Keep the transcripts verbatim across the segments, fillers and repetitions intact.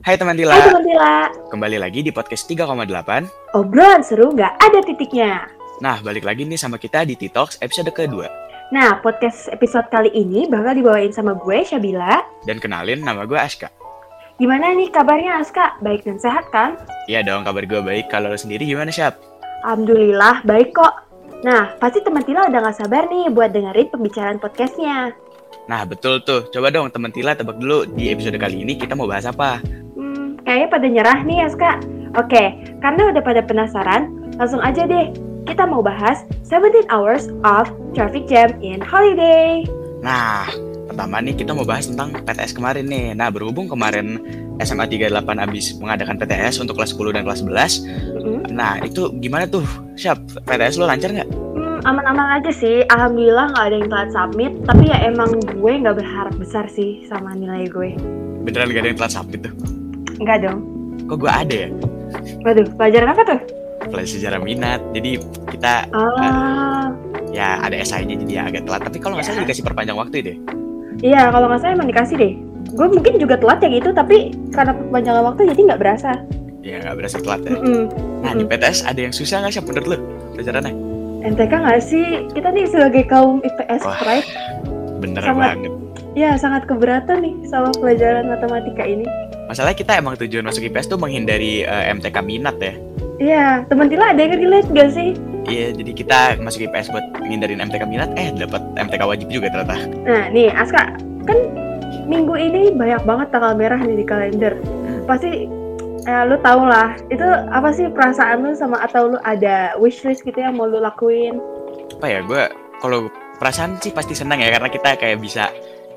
Hai teman Tila, Hai teman Tila, kembali lagi di podcast tiga koma delapan. obrolan seru nggak ada titiknya. Nah, balik lagi nih sama kita di T-Talks episode kedua. Nah, podcast episode kali ini bakal dibawain sama gue, Syabila. Dan kenalin, nama gue Aska. Gimana nih kabarnya Aska? Baik dan sehat kan? Iya dong, kabar gue baik. Kalau lo sendiri gimana, Syab? Alhamdulillah, baik kok. Nah, pasti teman Tila udah nggak sabar nih buat dengerin pembicaraan podcastnya. Nah, betul tuh. Coba dong teman Tila tebak dulu di episode kali ini kita mau bahas apa? Hmm, kayaknya pada nyerah nih Aska. Oke, karena udah pada penasaran, langsung aja deh. Kita mau bahas seventeen hours of traffic jam in holiday. Nah, pertama nih kita mau bahas tentang P T S kemarin nih. Nah, berhubung kemarin S M A tiga puluh delapan habis mengadakan P T S untuk kelas sepuluh dan kelas sebelas. Mm-hmm. Nah, itu gimana tuh, Syab? P T S lo lancar nggak? Hmm, aman-aman aja sih. Alhamdulillah nggak ada yang telat submit. Tapi ya emang gue nggak berharap besar sih sama nilai gue. Beneran gak ada yang telat submit tuh? Enggak dong. Kok gue ada ya? Waduh, pelajaran apa tuh? Pelajaran sejarah minat. Jadi kita Ah, uh, ya ada S I-nya jadi ya agak telat. Tapi kalau nggak Ya. salah dikasih perpanjang waktu deh. iya kalau nggak salah emang dikasih deh. Gue mungkin juga telat ya gitu, tapi karena perpanjangan waktu jadi nggak berasa. Ya nggak berasa telat ya. Mm-mm. Nah di Mm-mm. P T S ada yang susah nggak sih menurut lo pelajarannya? N T K nggak sih? Kita nih sebagai kaum I P S Wah. pride, Bener Sangat. banget. ya sangat keberatan nih sama pelajaran matematika ini. Masalahnya kita emang tujuan masuk I P S tuh menghindari uh, M T K minat ya. Iya, teman Tila ada yang relate gak sih? Iya, jadi kita masuk I P S buat menghindarin M T K minat, eh dapat M T K wajib juga ternyata. Nah nih Aska, kan minggu ini banyak banget tanggal merah nih di kalender. Pasti eh, lu tau lah, itu apa sih perasaan lu sama atau lu ada wishlist gitu yang mau lu lakuin? Apa ya, gue kalau perasaan sih pasti senang ya karena kita kayak bisa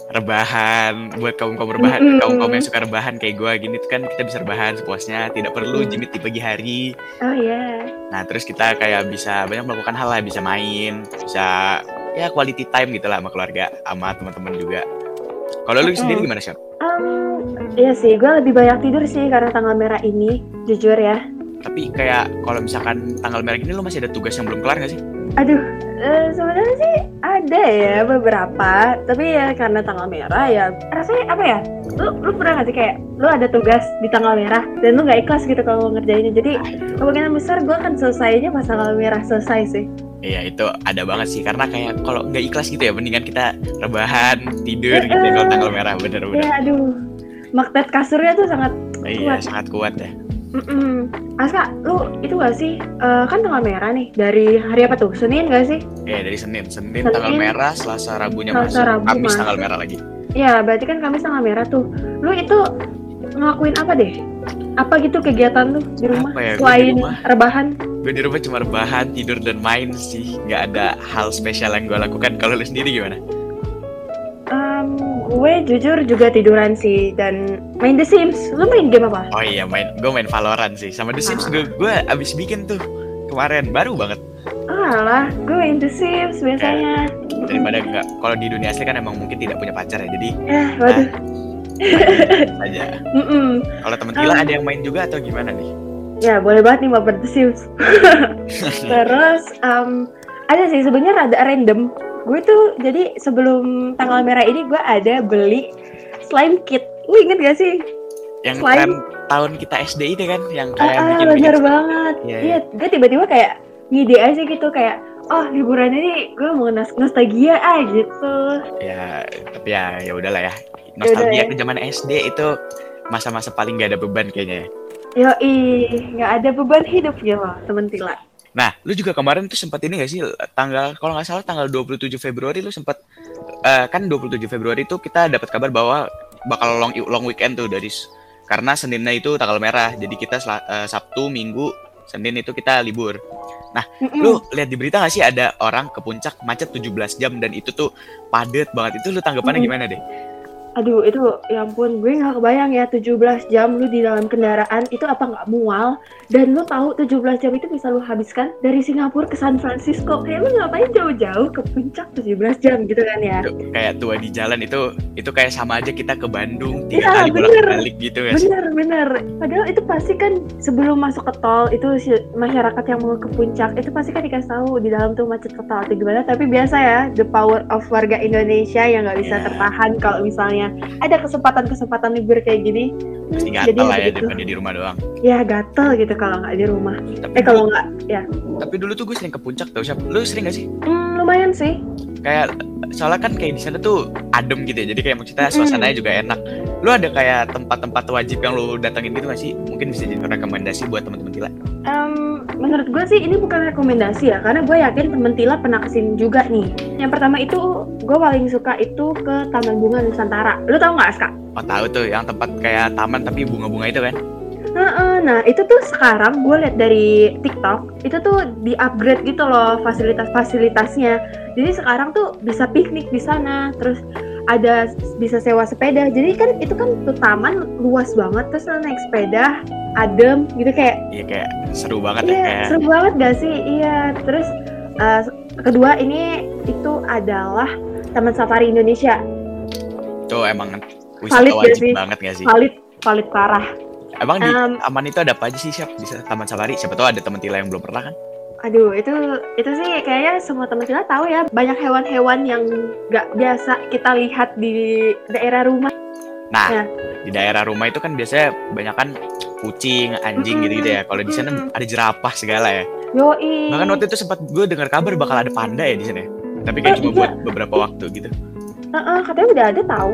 rebahan buat kaum kaum rebahan, Mm-mm. kaum kaum yang suka rebahan kayak gue gini tuh kan kita bisa rebahan sepuasnya, tidak perlu Mm. jimit di pagi hari. Oh iya. Nah terus kita kayak bisa banyak melakukan hal lah, bisa main, bisa ya quality time gitu lah sama keluarga, sama teman-teman juga. Kalau lu Mm-mm. sendiri gimana Syab? Um, iya sih, gue lebih banyak tidur sih karena tanggal merah ini, jujur ya. Tapi kayak kalau misalkan tanggal merah gini lu masih ada tugas yang belum kelar nggak sih? Aduh, eh, sebenarnya sih ada ya beberapa, tapi ya karena tanggal merah ya rasanya apa ya? Lu lu pernah nggak sih kayak lu ada tugas di tanggal merah dan lu nggak ikhlas gitu kalau ngerjainnya. Jadi kemungkinan besar gue akan selesainya pas tanggal merah selesai sih. Iya itu ada banget sih karena kayak kalau nggak ikhlas gitu ya mendingan kita rebahan tidur gitu ya kalau tanggal merah, bener-bener. Ya aduh, magnet kasurnya tuh sangat Iya kuat. sangat kuat ya. Mm-mm. Aska, lu itu gak sih, eh, kan tanggal merah nih, dari hari apa tuh, Senin gak sih? Iya dari Senin, Senin, Senin, tanggal merah, Selasa, Rabunya Selasa, masuk, Rabu Kamis masuk. tanggal merah lagi. Ya, berarti kan Kamis tanggal merah tuh. Lu itu ngelakuin apa deh? Apa gitu kegiatan lu di rumah, Apa ya, gua di selain rumah. rebahan? Gue di rumah cuma rebahan, tidur dan main sih, nggak ada hal spesial yang gue lakukan. Kalau lu sendiri gimana? Um, gue jujur juga tiduran sih, dan main The Sims. Lu main game apa? Oh iya main, gue main Valorant sih, sama The Sims gue gue abis bikin tuh kemarin, baru banget. Alah, gue main The Sims biasanya. Daripada nggak, kalau di dunia asli kan emang mungkin tidak punya pacar ya, jadi Eh, waduh. aja. Mm-mm. Kalau temen Tila ada yang main juga atau gimana nih? Ya, boleh banget nih mabar The Sims. Terus um, ada sih sebenarnya rada random. Gue tuh jadi sebelum tanggal merah ini gue ada beli slime kit. Lu inget gak sih? Yang Slime. tren tahun kita S D ini kan, yang Ah, kayak ah, bikin-bikin. bener banget. Iya, Iya, gue tiba-tiba kayak ngide aja gitu kayak, oh liburan ini gue mau nos- nostalgia ah gitu. Ya, tapi ya ya udahlah ya. Yaudah Nostalgia ya. ke zaman S D itu masa-masa paling gak ada beban kayaknya ya. Yoi, nggak ada beban hidup ya loh, temen Tila. Nah, lu juga kemarin tuh sempat ini gak sih, tanggal kalau nggak salah tanggal dua puluh tujuh Februari lu sempat eh, kan dua puluh tujuh Februari itu kita dapat kabar bahwa bakal long long weekend tuh dari karena Seninnya itu tanggal merah. Jadi kita sel- eh, Sabtu, Minggu, Senin itu kita libur. Nah, Mm-mm. lu lihat di berita gak sih ada orang ke puncak macet tujuh belas jam dan itu tuh padat banget. Itu lu tanggapannya Mm-mm. gimana deh? Aduh, itu ya ampun, gue nggak kebayang ya tujuh belas jam lu di dalam kendaraan itu apa nggak mual? Dan lu tahu tujuh belas jam itu bisa lu habiskan dari Singapura ke San Francisco. Kayak lu ngapain jauh-jauh ke puncak tujuh belas jam gitu kan ya? Itu kayak tua di jalan itu itu kayak sama aja kita ke Bandung tiga Iya, kali bener. bolak-balik gitu ya. Bener, bener. Padahal itu pasti kan sebelum masuk ke tol itu si masyarakat yang mau ke puncak itu pasti kan dikasih tahu di dalam tuh macet total atau gimana. Tapi biasa ya, the power of warga Indonesia yang nggak bisa Iya. tertahan kalau misalnya Nah, ada kesempatan-kesempatan libur kayak gini. Pasti hmm, gatel lah ya begitu. daripada di rumah doang. Ya gatel gitu kalau nggak di rumah. Tapi Eh kalau dulu, nggak, ya tapi dulu tuh gue sering ke puncak tau siapa? Lu sering gak sih? hmm, lumayan sih. Kayak soalnya kan kayak di sana tuh adem gitu ya. Jadi kayak maksudnya Mm-mm. suasananya juga enak. Lu ada kayak tempat-tempat wajib yang lu datengin gitu gak sih? Mungkin bisa jadi rekomendasi buat teman-teman Tila. Em, menurut gue sih ini bukan rekomendasi ya, karena gue yakin temen Tila pernah kesini juga nih. Yang pertama itu gue paling suka itu ke Taman Bunga Nusantara. Lu tau nggak Aska? Oh tahu tuh yang tempat kayak taman tapi bunga-bunga itu kan? Heeh, nah itu tuh sekarang gue liat dari TikTok itu tuh di-upgrade gitu loh fasilitas-fasilitasnya. Jadi sekarang tuh bisa piknik di sana, terus ada bisa sewa sepeda. Jadi kan itu kan tuh taman luas banget, terus lo naik sepeda, adem gitu kayak. Iya kayak seru banget ya Iya kayak. seru banget gak sih? Iya. Terus uh, kedua ini itu adalah Taman Safari Indonesia. Tuh emang Valid wisata gak wajib sih? banget gak sih? Valid, valid parah. Emang di Um, taman itu ada apa aja sih Siap? Bisa taman safari? Siapa tahu ada teman Tila yang belum pernah kan? Aduh, itu itu sih kayaknya semua teman kita tahu ya, banyak hewan-hewan yang nggak biasa kita lihat di daerah rumah. Nah, Ya. di daerah rumah itu kan biasanya banyak kan kucing, anjing Mm-mm. gitu-gitu ya. Kalau di sana Mm-mm. ada jerapah segala ya. Yoi. Bahkan waktu itu sempat gue dengar kabar bakal ada panda ya di sana. ya. Tapi Eh, kayak cuma iya. buat beberapa waktu gitu. Heeh, katanya udah ada tahu.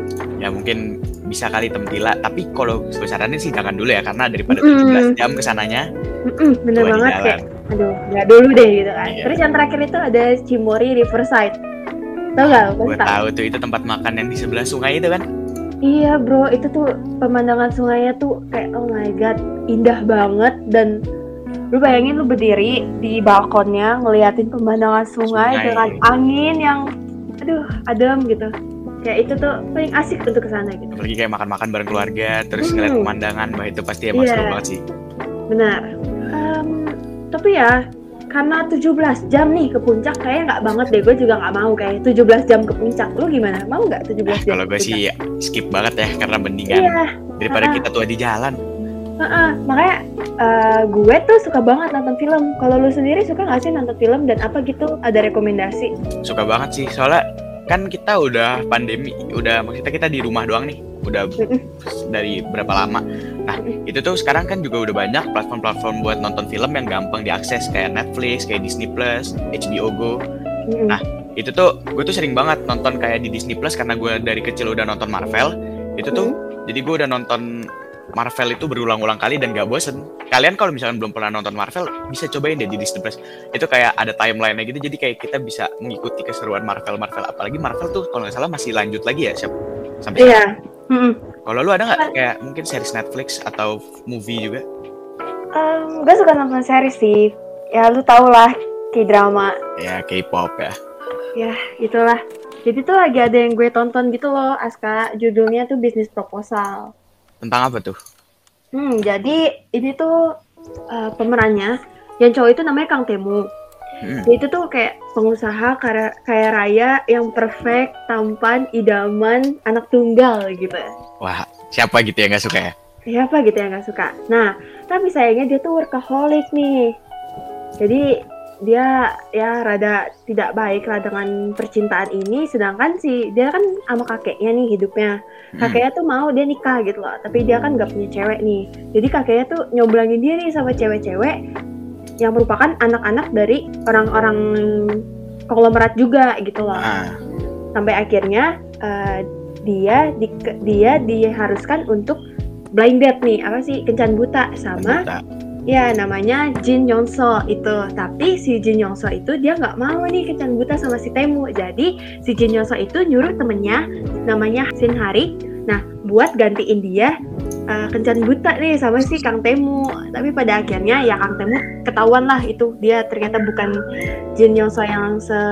Ya mungkin bisa kali temen Tila. Tapi kalau gue saranin sih jangan dulu ya karena daripada Mm-mm. tujuh belas jam kesananya. Mm-mm, bener Tua di banget jalan. kayak, aduh, nggak dulu deh gitu kan. Iya. Terus yang terakhir itu ada Cimory Riverside. Tahu nggak? Lo Gue pasti tahu. tahu tuh itu tempat makan yang di sebelah sungai itu kan. Iya bro, itu tuh pemandangan sungainya tuh kayak oh my god, indah banget. Dan lu bayangin lu berdiri di balkonnya ngeliatin pemandangan sungai, Sungai. dengan angin yang aduh adem gitu. Kayak itu tuh paling asik untuk kesana gitu. Apalagi kayak makan-makan bareng keluarga, terus ngeliat Hmm. pemandangan, wah itu pasti emang Iya. seru banget sih. Benar. Em, tapi ya karena tujuh belas jam nih ke puncak kayaknya nggak banget deh. Gue juga nggak mau kayak tujuh belas jam ke puncak. Lu gimana? Mau nggak tujuh belas jam? Kalau ke gue puncak? sih skip banget ya karena mendingan Iya. daripada Ah. kita tua di jalan. Heeh, makanya eh, gue tuh suka banget nonton film. Kalau lu sendiri suka nggak sih nonton film dan apa gitu? Ada rekomendasi? Suka banget sih soalnya kan kita udah pandemi, udah maksudnya kita di rumah doang nih, udah Mm-mm. dari berapa lama. Nah itu tuh sekarang kan juga udah banyak platform-platform buat nonton film yang gampang diakses kayak Netflix, kayak Disney Plus, H B O Go. Mm-mm. Nah itu tuh gue tuh sering banget nonton kayak di Disney Plus karena gue dari kecil udah nonton Marvel. Itu tuh jadi gue udah nonton Marvel itu berulang-ulang kali dan gak bosen. Kalian kalau misalkan belum pernah nonton Marvel bisa cobain deh di Disney Plus. Itu kayak ada timeline-nya gitu jadi kayak kita bisa mengikuti keseruan Marvel-Marvel. Apalagi Marvel tuh kalau nggak salah masih lanjut lagi ya siap sampai sekarang. Iya. Mm-mm. Kalau lu ada nggak kayak mungkin series Netflix atau movie juga? Em, gue suka nonton series sih. Ya lu tau lah, K-drama. Ya K-pop ya. Ya itulah. Jadi tuh lagi ada yang gue tonton gitu loh, Aska. Judulnya tuh Business Proposal. Tentang apa tuh? Hmm, jadi ini tuh uh, pemerannya yang cowok itu namanya Kang Temu. Hmm. Dia itu tuh kayak pengusaha kaya, kaya raya yang perfect, tampan, idaman, anak tunggal gitu. Wah siapa gitu yang nggak suka ya? Siapa gitu yang gak suka. Nah, tapi sayangnya dia tuh workaholic nih. Jadi dia ya rada tidak baik lah dengan percintaan ini. Sedangkan si dia kan sama kakeknya nih hidupnya. Hmm. Kakeknya tuh mau dia nikah gitu loh. Tapi dia kan gak punya cewek nih. Jadi kakeknya tuh nyoblangin dia nih sama cewek-cewek yang merupakan anak-anak dari orang-orang konglomerat juga gitu loh. Ah, Sampai akhirnya uh, dia di, dia diharuskan untuk blind date nih, apa sih, kencan buta sama ternyata. ya namanya Jin Yongso itu. Tapi si Jin Yongso itu dia nggak mau nih kencan buta sama si Temu. Jadi si Jin Yongso itu nyuruh temennya namanya Shin Hari, nah buat gantiin dia uh, kencan buta nih sama si Kang Temu. Tapi pada akhirnya ya Kang Temu ketahuan lah itu dia ternyata bukan Jin Yongso yang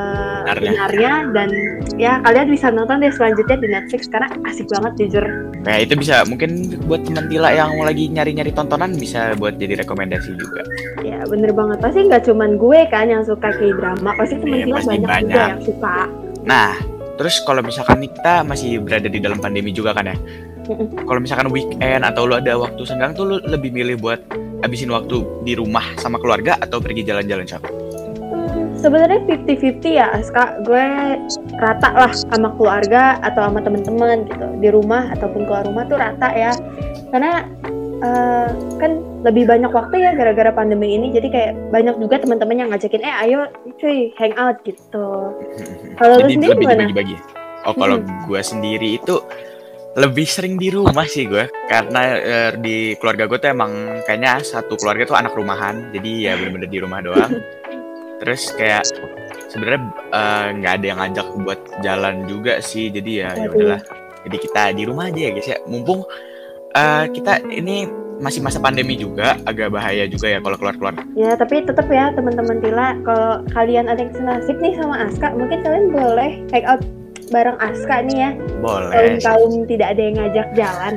sebenarnya. Dan ya kalian bisa nonton deh selanjutnya di Netflix karena asik banget jujur. Kayak itu bisa mungkin buat teman Tila yang lagi nyari-nyari tontonan bisa buat jadi rekomendasi juga. Ya bener banget, pasti nggak cuman gue kan yang suka K-drama, pasti temen Iya, kita pasti banyak, banyak. juga yang suka. Nah, terus kalau misalkan nih kita masih berada di dalam pandemi juga kan ya. Mm-mm. Kalau misalkan weekend atau lu ada waktu senggang tuh lu lebih milih buat habisin waktu di rumah sama keluarga atau pergi jalan-jalan, Cap? Hmm, sebenarnya fifty fifty ya Aska, gue rata lah sama keluarga atau sama teman-teman gitu, di rumah ataupun keluar rumah tuh rata ya, karena uh, kan lebih banyak waktu ya gara-gara pandemi ini, jadi kayak banyak juga teman-teman yang ngajakin eh ayo cuy hangout gitu. Kalau lu Jadi sendiri lebih gimana? dibagi-bagi. Oh, kalau Hmm. gue sendiri itu lebih sering di rumah sih gue, karena eh, di keluarga gue tuh emang kayaknya satu keluarga tuh anak rumahan, jadi ya bener-bener di rumah doang. Terus kayak sebenarnya eh, nggak ada yang ngajak buat jalan juga sih, jadi ya ya Waduh. udahlah. Jadi kita di rumah aja ya guys ya. Mumpung eh, kita ini masih masa pandemi juga, agak bahaya juga ya kalau keluar-keluar. Ya tapi tetap ya teman-teman Tila, kalau kalian ada yang senasib nih sama Aska, mungkin kalian boleh hangout bareng Aska nih ya. Boleh. Kaum-kaum tidak ada yang ngajak jalan.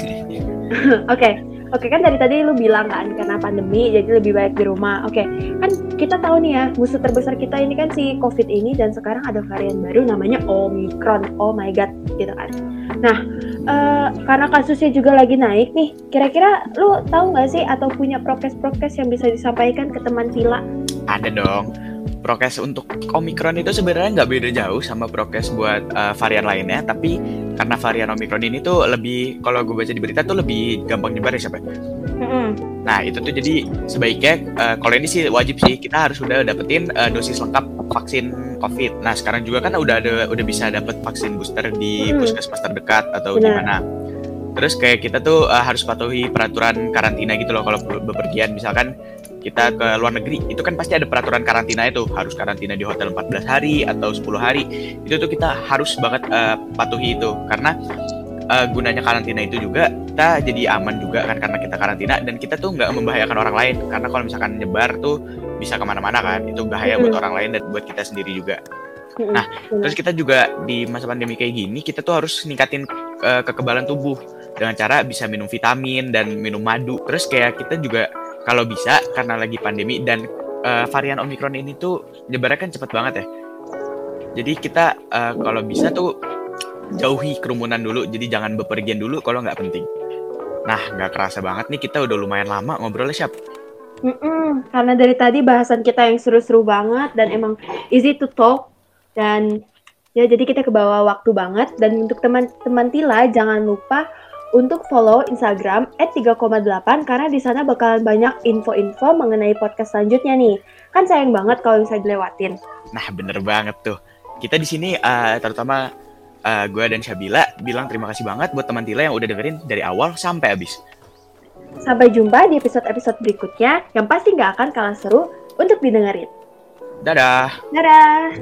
Oke, oke kan dari tadi lu bilang kan karena pandemi jadi lebih baik di rumah. Oke, kan kita tahu nih ya musuh terbesar kita ini kan si COVID ini, dan sekarang ada varian baru namanya Omicron. Oh my god, gitu kan. Nah, uh, karena kasusnya juga lagi naik nih, kira-kira lu tahu nggak sih atau punya prokes-prokes yang bisa disampaikan ke teman Tila? Ada dong. Prokes untuk Omicron itu sebenarnya nggak beda jauh sama prokes buat uh, varian lainnya, tapi karena varian Omicron ini tuh lebih, kalau gue baca di berita tuh lebih gampang nyebar ya siapa? Mm-hmm. Nah itu tuh jadi sebaiknya uh, kalau ini sih wajib sih kita harus udah dapetin uh, dosis lengkap vaksin COVID. Nah sekarang juga kan udah ada udah bisa dapet vaksin booster di Hmm. puskesmas terdekat atau Benar. gimana. Terus kayak kita tuh uh, harus patuhi peraturan karantina gitu loh kalau bepergian, misalkan kita ke luar negeri, itu kan pasti ada peraturan karantina itu, harus karantina di hotel empat belas hari atau sepuluh hari. Itu tuh kita harus banget uh, patuhi itu, karena uh, gunanya karantina itu juga kita jadi aman juga kan, karena kita karantina dan kita tuh nggak membahayakan orang lain, karena kalau misalkan nyebar tuh bisa kemana-mana kan, itu bahaya Mm-hmm. buat orang lain dan buat kita sendiri juga. Mm-hmm. Nah, Benar. terus kita juga di masa pandemi kayak gini, kita tuh harus ningkatin uh, kekebalan tubuh dengan cara bisa minum vitamin dan minum madu. Terus kayak kita juga kalau bisa, karena lagi pandemi dan uh, varian Omicron ini tuh nyebarnya kan cepet banget ya. Jadi kita uh, kalau bisa tuh jauhi kerumunan dulu, jadi jangan bepergian dulu kalau nggak penting. Nah, nggak kerasa banget nih kita udah lumayan lama ngobrolnya, Syap. Mm-mm, karena dari tadi bahasan kita yang seru-seru banget dan emang easy to talk, dan ya jadi kita kebawa waktu banget. Dan untuk teman-teman Tila jangan lupa untuk follow Instagram et tiga koma delapan, karena di sana bakalan banyak info-info mengenai podcast selanjutnya nih. Kan sayang banget kalau bisa dilewatin. Nah, bener banget tuh. Kita di sini uh, terutama uh, gue dan Syabila bilang terima kasih banget buat teman Tila yang udah dengerin dari awal sampai habis. Sampai jumpa di episode-episode berikutnya yang pasti nggak akan kalah seru untuk didengerin. Dadah. Dadah.